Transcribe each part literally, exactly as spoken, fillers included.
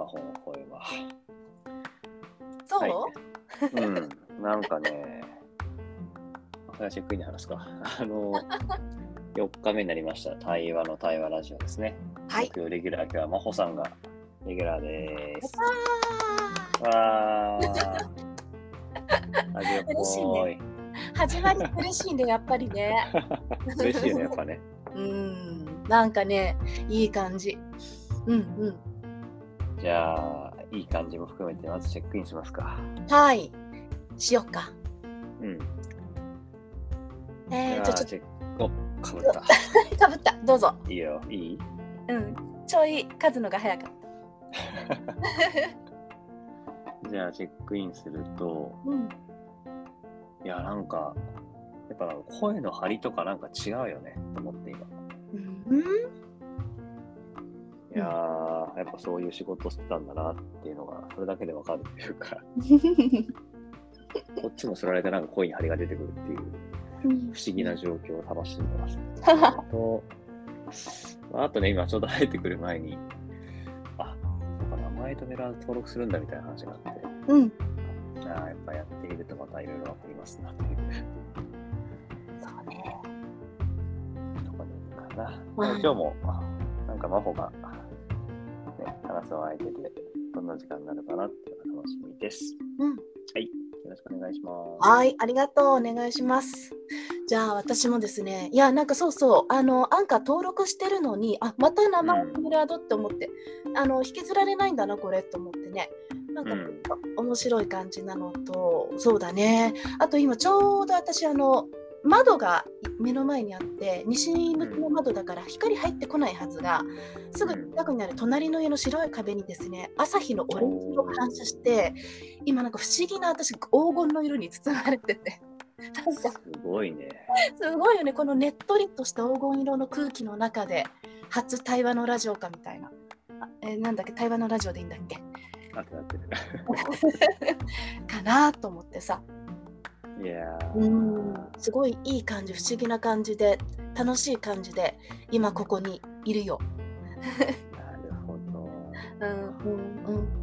魔法の声は。 そう、 はい、うん、なんかね、それはチェックインで話すか。あの、よっかめになりました。対話の対話ラジオですね。 はい。 木曜レギュラー、今日は真帆さんがレギュラーでーす。 わわー。ラジオっ嬉しいぽい。 ね。始まり嬉しいね、やっぱりね。 嬉しいよね、やっぱね。 うん、なんかね、いい感じ。うんうん。 じゃあ、いい感じも含めて、まずチェックインしますか。 はい。しよっか。 うん。 えー、じゃあちょっチェック、お、かぶった。 かぶった、どうぞ。 いいよ、いい？ うん、ちょい数のが早かった。 じゃあ、チェックインすると、 うん、 いや、なんか、やっぱ声の張りとかなんか違うよね、と思って今。 うん、 いやー、やっぱそういう仕事してたんだなっていうのが、それだけでわかるというか、こっちもすられてなんか声に張りが出てくるっていう不思議な状況を楽しんでます。とあとね、今ちょうど入ってくる前に、あ、そうか、名前とメール登録するんだみたいな話があって、 うん、 ああ、やっぱやっているとまたいろいろわかりますなという。 そうね。 とこでいいかな。今日も、なんか真帆が、ね、話す相手で、どんな時間になるかなっていうのが楽しみです。 うん。 はい。よろしくお願いします。 はい、ありがとう。お願いします。じゃあ私もですね、いやなんかそうそう、あのアンカー登録してるのに、あ、また名前ミラードって思って、うん、あの引きずられないんだなこれと思ってね、なんか、うん、面白い感じなのと、そうだね。あと今ちょうど私あの窓が目の前にあって、西向きの窓だから光入ってこないはずが、すぐ近くにある隣の家の白い壁にですね、朝日のオレンジ色が反射して、今なんか不思議な私黄金の色に包まれてて。なんかすごいね。 すごいよね。このねっとりとした黄金色の空気の中で初対話のラジオかみたいな。あ、えー、なんだっけ、対話のラジオでいいんだっけ。 あってなってる。 かなと思ってさ。 いやー、うんすごいいい感じ、不思議な感じで、楽しい感じで今ここにいるよ。 なるほど。 うんうんうん。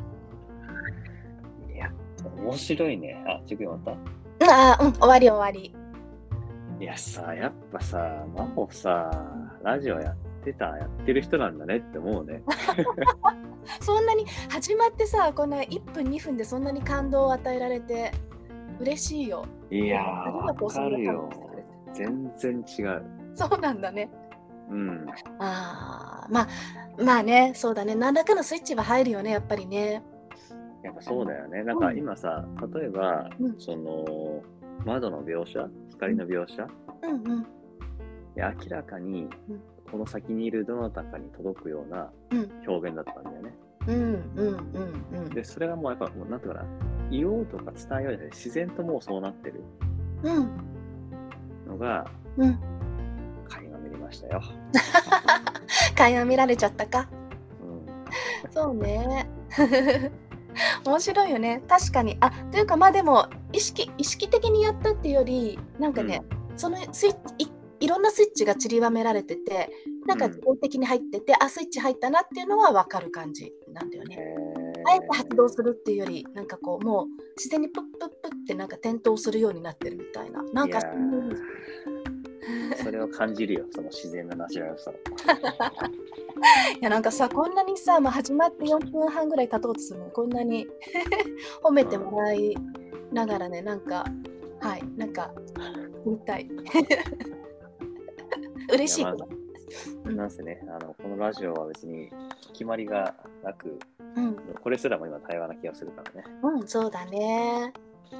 いや、面白いね。あ、チェックイン終わった？ ああ、うん、終わり終わり。 いやさ、やっぱさ、真帆さ、ラジオやってた、やってる人なんだねって思うね。 そんなに始まってさ、このいっぷんにふんでそんなに感動を与えられて嬉しいよ。 いやー、わかるよ。全然違う。 そうなんだね。 うん。 ああ、まあ、まあね、そうだね。何らかのスイッチは入るよね、やっぱりね。 やっぱそうだよね。なんか今さ、例えば、 うん、 その、窓の描写、光の描写、 うんうん、 明らかに、この先にいるどなたかに届くような表現だったんだよね。 うんうんうんうん。 で、それがもうやっぱ、もうなんていうかな、言おうとか伝えようじゃない、自然ともうそうなってるのが、 うん、 垣間見れましたよ。 垣間見られちゃったか。 うん、 そうね。面白いよね。確かに。あ、というかまあでも意識意識的にやったっていうより、なんかね、うん、そのスイッチ い, いろんなスイッチが散りばめられてて、なんか自動的に入ってて、うん、あ、スイッチ入ったなっていうのは分かる感じなんだよね。あえて発動するっていうより、なんかこうもう自然にプップップッってなんか点灯するようになってるみたいな。なんかそれを感じるよ、その自然なナチュラルさを。 いやなんかさ、こんなにさ、まあ、始まってよんぷんはんぐらい経とうとするのにこんなに褒めてもらいながらね、なんかはいなんか見たい嬉しい。 なんせね、あのこのラジオは別に決まりがなく、うん、これすらも今対話な気がするからね。 うん、そうだね。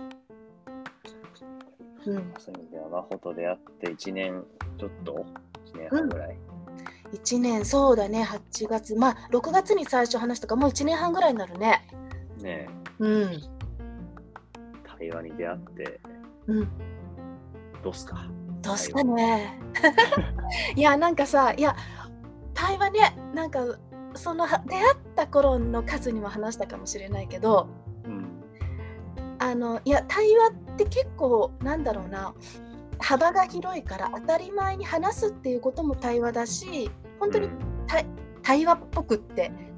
うん、そういう意味では真帆と出会っていちねんちょっといちねんはんぐらい、 うん、いちねん、そうだね。はちがつ、まあろくがつに最初話したからもういちねんはんぐらいになるね。 ねえ、 うん、 対話に出会って、 うん、 どうすかどうすかねいやなんかさ、いや対話ね、なんかその出会った頃の数にも話したかもしれないけど、うん、あのいや対話って結構なんだろうな、幅が広いから当たり前に話すっていうことも対話だし、本当に、うん、対話っぽくって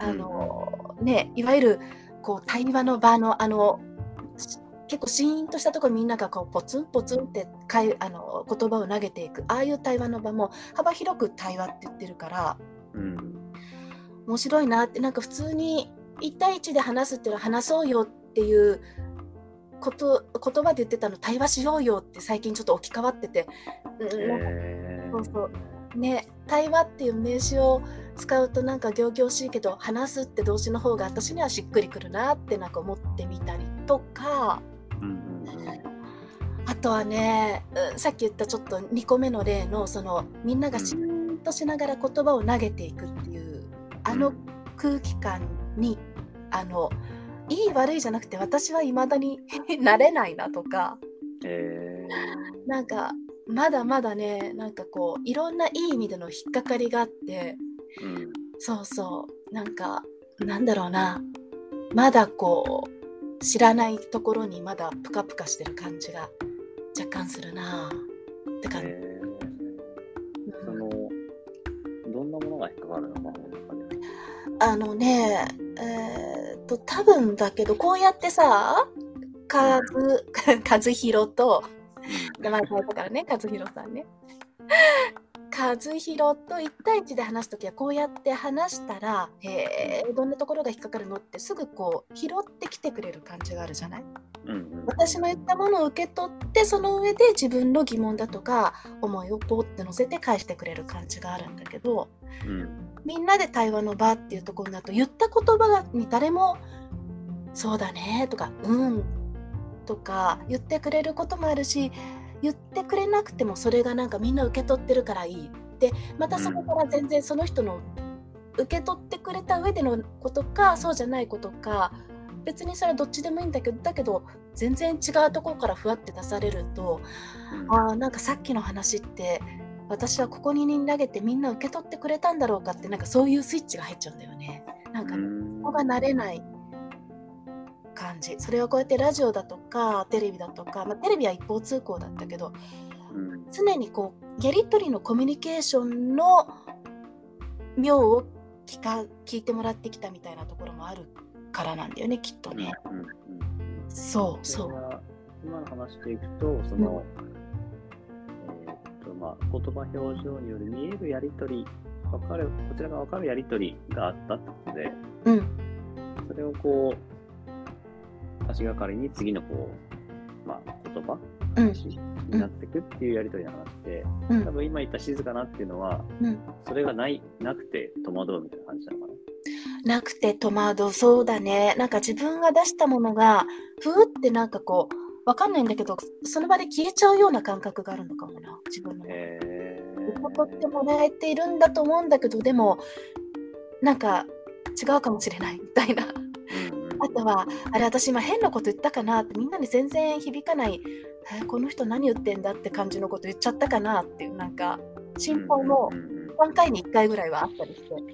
あの、うん、ね、いわゆるこう対話の場のあの結構シーンとしたところみんながこうポツンポツンってかいあの言葉を投げていく、ああいう対話の場も幅広く対話って言ってるから、うん、面白いなって。なんか普通にいち対いちで話すっていうのは話そうよっていうこと言葉で言ってたの対話しようよって最近ちょっと置き換わってて、うん、そうそうね、対話っていう名詞を使うとなんか仰々しいけど話すって動詞の方が私にはしっくりくるなってなんか思ってみたりとか、うんうんうん、あとはね、さっき言ったちょっとにこめの例のそのみんながシーンとしながら言葉を投げていくっていうあの空気感に、あのいい悪いじゃなくて私は未だになれないなとか、えー、なんかまだまだね、なんかこういろんないい意味での引っかかりがあって、うん、そうそうなんかなんだろうな、まだこう知らないところにまだプカプカしてる感じが若干するなって感じ。えー、そのどんなものが引っかかるのかな。 あのね、えー、っと多分だけどこうやってさ、かず和弘と名前変えたからね、和弘さんね。和弘といち対いちで話すときはこうやって話したら、へーどんなところが引っかかるのってすぐこう拾ってきてくれる感じがあるじゃない、うんうん、私の言ったものを受け取ってその上で自分の疑問だとか思いをポーって乗せて返してくれる感じがあるんだけど、うん、みんなで対話の場っていうところだと言った言葉に誰もそうだねとかうんとか言ってくれることもあるし、言ってくれなくてもそれがなんかみんな受け取ってるからいいで、またそこから全然その人の受け取ってくれた上でのことかそうじゃないことか別にそれはどっちでもいいんだけど、だけど全然違うところからふわって出されると、うん、あなんかさっきの話って私はここに投げてみんな受け取ってくれたんだろうかってなんかそういうスイッチが入っちゃうんだよね。なんか、ね、ここが慣れない感じ。それをこうやってラジオだとかテレビだとか、まあ、テレビは一方通行だったけど、うん、常にこうやり取りのコミュニケーションの妙を聞か聞いてもらってきたみたいなところもあるからなんだよね、きっとね。うんうんうん、そうそう。 今の話でいくと、その、うんえーっとまあ、言葉表情による見えるやり取り、わかるこちらが分かるやり取りがあったってことで、うん、それをこう足がかりに次のこう、まあ、言葉、うん、になっていくっていうやり取りの話で、うん、多分今言った静かなっていうのは、うん、それがないなくて戸惑うみたいな感じなのかな。 なくて戸惑う、そうだね。なんか自分が出したものがふーってなんかこうわかんないんだけどその場で消えちゃうような感覚があるのかもな、自分の。えー、受け取ってもらえているんだと思うんだけどでもなんか違うかもしれないみたいな。あとはあれ私今変なこと言ったかなってみんなに全然響かない、えー、この人何言ってんだって感じのこと言っちゃったかなっていうなんか心配もさんかいにいっかいぐらいはあったりして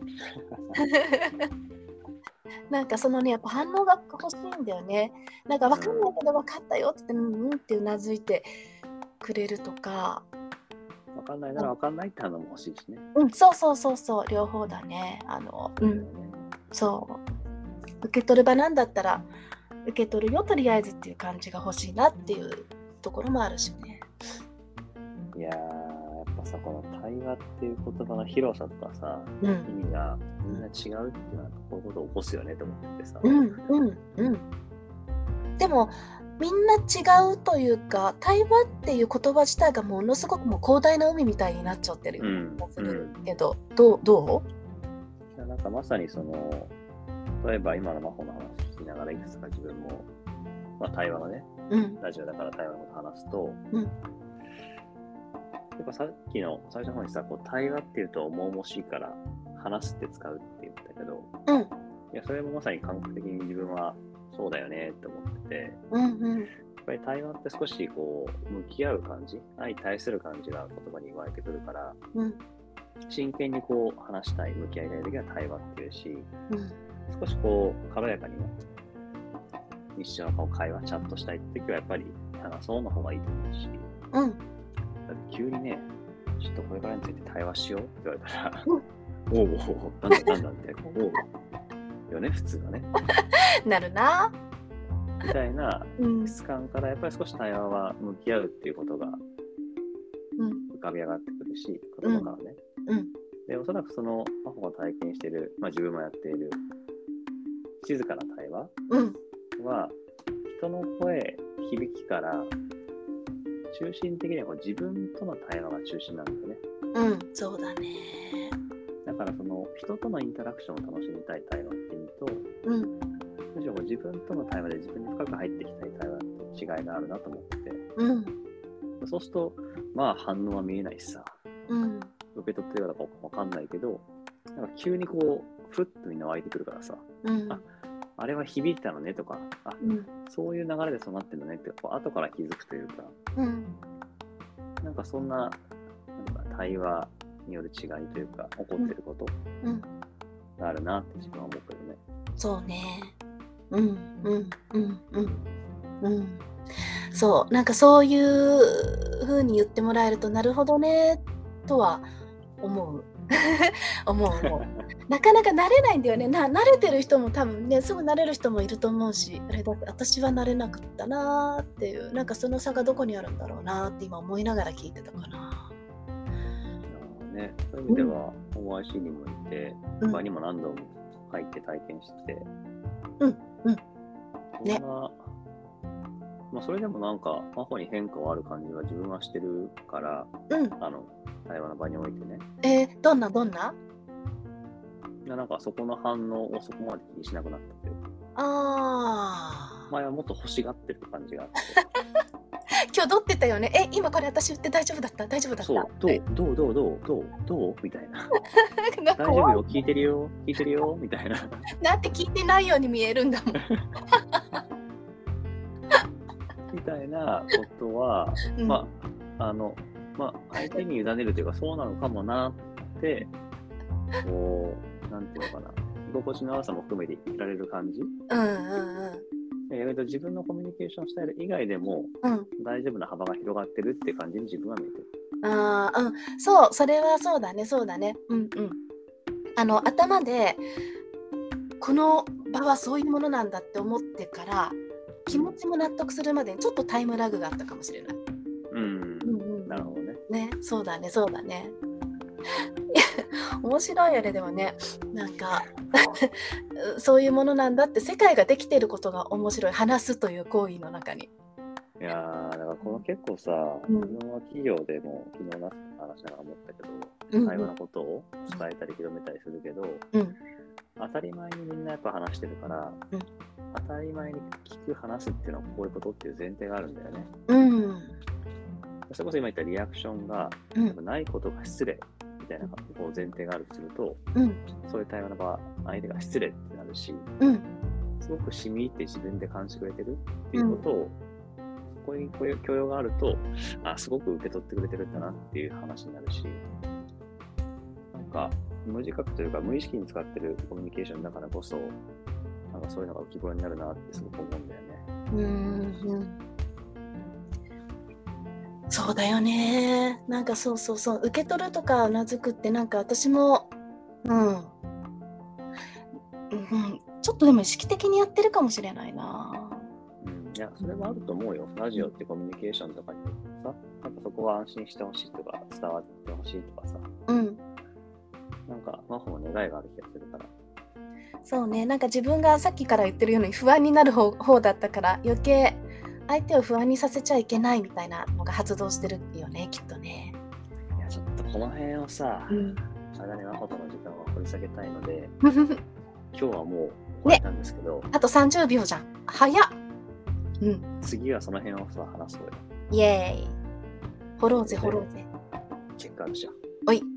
なんかそのねやっぱ反応が欲しいんだよね。なんか分かんないけど分かったよって言ってうんうんってうなずいてくれるとか、 分かんないなら分かんないって反応も欲しいしね。 うんそうそうそうそう両方だね。あのうんそう受け取る場なんだったら受け取るよとりあえずっていう感じが欲しいなっていうところもあるしね。 いやーやっぱさこの対話っていう言葉の広さとかさ、うん、意味がみんな違うっていうのはこういうことを起こすよねと思っててさ。 うんうんうん。でもみんな違うというか対話っていう言葉自体がものすごくもう広大な海みたいになっちゃってるような気がするけど、うんうん、どうどう？なんかまさにその例えば今の真帆の話聞きながらいくつか自分も、まあ、対話のね、うん、ラジオだから対話のこと話すと、うん、やっぱさっきの最初の方にさこう対話っていうと重々しいから話すって使うって言ったけど、うん、いやそれもまさに感覚的に自分はそうだよねって思ってて、うんうん、やっぱり対話って少しこう向き合う感じ相対する感じが言葉に生まれてくるから、うん、真剣にこう話したい向き合いたい時は対話っていうし、うん少しこう軽やかにね日常の会話チャットしたいって時はやっぱり話そうの方がいいと思うし、うん、だって急にねちょっとこれからについて対話しようって言われたら、うん、おうおうなんだなんだっておうよね、普通はね。 なるな。 みたいなうん質感からやっぱり少し対話は向き合うっていうことがうん浮かび上がってくるし、言葉からね。 うんで、おそらくその真帆が体験している、まあ自分もやっている静かな対話うんは、人の声、響きから中心的にはこう自分との対話が中心なんだよね。 うんそうだね。 だからその人とのインタラクションを楽しみたい対話っていうと、 うんむしろこう自分との対話で自分に深く入っていきたい対話って違いがあるなと思ってて、 うんそうすると、まあ反応は見えないしさ、 うん受け取ってるかどうかわかんないけど、なんか急にこう、ふっとみんな湧いてくるからさ、 うんああれは響いたのねとか、あ、 うんそういう流れでそうなってるのねって、こう後から気づくというか、 うんなんかそんな、なんか対話による違いというか、起こってることうんがあるなって自分は思うけどね。 そうね。うんうんうんうんうんそうなんかそういう風に言ってもらえるとなるほどねとは思う思う思うなかなか慣れないんだよね。な慣れてる人も多分ねすぐ慣れる人もいると思うし、あれだって私は慣れなかったなーっていう、なんかその差がどこにあるんだろうなーって今思いながら聞いてたかな。 ね、そういう意味では、オーアイシー にもいて、 うん他にも何度も入って体験してて、 うんうんねそんなまあ、それでもなんか、真帆に変化はある感じは自分はしてるから、 うんあの、対話の場においてね。 えー、どんなどんななんかそこの反応をそこまで気にしなくなったというか、 あ前はもっと欲しがってる感じがあって。 ー今日どってたよね。え今これ私言って大丈夫だった大丈夫だったそう、どうどうどうどうどうどうみたいな。 なんか大丈夫よ、聞いてるよ、聞いてるよ、みたいな。 なんて聞いてないように見えるんだもん。 みたいなことは、 うんまあ、あの、まあ、相手に委ねるというか、そうなのかもなって、こう、なんていうのかな、居心地の悪さも含めていられる感じ。 うんうん意外と自分のコミュニケーションスタイル以外でもうんうん大丈夫な幅が広がってるって感じに自分は見えてる。 あーうんそうそれはそうだねそうだねうんうんあの頭でこの場はそういうものなんだって思ってから気持ちも納得するまでにちょっとタイムラグがあったかもしれない。 うん。 うんうんなるほどね。 ねそうだねそうだね面白いよねでもねなんかそういうものなんだって世界ができていることが面白い、話すという行為の中に。 いやー、だからこの結構さ、 うん自分は企業でも昨日な話しながら思ったけど、 うん対話のことを伝えたり広めたりするけど、 うん当たり前にみんなやっぱ話してるから、 うん当たり前に聞く話すっていうのはこういうことっていう前提があるんだよね。 うんそれこそ今言ったリアクションが、 うんないことが失礼みたいなこう前提があるとすると、 うんそういう対話の場、相手が失礼ってなるし、 うんすごく染み入って自分で感じてくれてるっていうことを、ここにこういう許容があると、あ、すごく受け取ってくれてるんだなっていう話になるし、なんか無自覚というか無意識に使ってるコミュニケーションだからこそ、なんかそういうのが浮き彫りになるなってすごく思うんだよね。 うんうんそうだよね。なんかそうそうそう受け取るとかうなずくってなんか私もうん、うん、ちょっとでも意識的にやってるかもしれないな。 うん、いや、それはあると思うよ。ラジオってコミュニケーションとかによってさ、なんかそこは安心してほしいとか、伝わってほしいとかさ、 うんなんか真帆の願いがある気がするから。 そうね、なんか自分がさっきから言ってるように不安になる方、方だったから余計相手を不安にさせちゃいけないみたいなのが発動してるよねきっとね。 いや、ちょっとこの辺をさ、 うんあれだね、真帆との時間を掘り下げたいので、今日はもう終わったんですけど、 あとさんじゅうびょうじゃん。早っ。うん次はその辺をさ、話そうよ。 イエーイ。掘ろうぜ掘ろうぜ。 チェックアウトしよおい。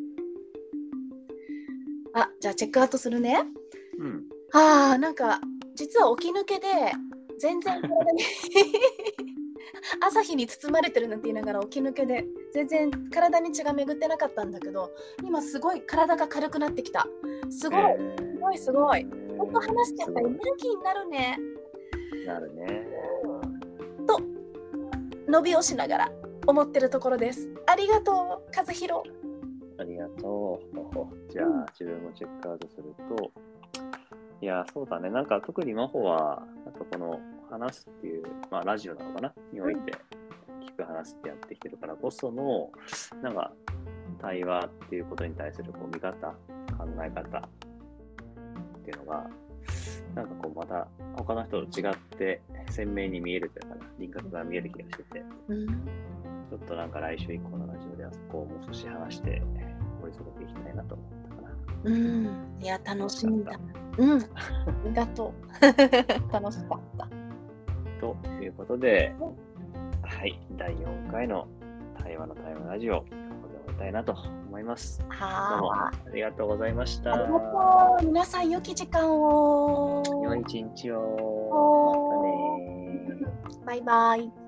あ、じゃあチェックアウトするね。 う。うん。 あーなんか実は起き抜けで全然体に朝日に包まれてるなんて言いながら起き抜けで全然体に血が巡ってなかったんだけど、今すごい体が軽くなってきた。すごい、 えーすごいすごい。ここ話してやっぱりエすネルギーになるね。 ごいなるね。 と伸びをしながら思ってるところです。ありがとう和弘。 ありがとう。じゃあ、自分もチェックアウトすると、 いや、そうだね。なんか特に真帆は、なんかこの話すっていう、まあラジオなのかなにおいて、聞く話ってやってきてるからこその、なんか対話っていうことに対するこう見方、考え方っていうのが、なんかこうまた他の人と違って鮮明に見えるというかな、輪郭が見える気がしてて、 うん、 ちょっとなんか来週以降のラジオではそこをもう少し話して掘り下げていきたいなと思ったかな。 うん、いや、楽しみだ。うん、ありがとう。楽しかった。 ということで、はい、だいよんかいの対話の対話ラジオ、ここで終わりたいなと思います。 はどうもありがとうございました。 ありがとう。皆さん、良き時間を。 良い一日を。またね。 バイバイ。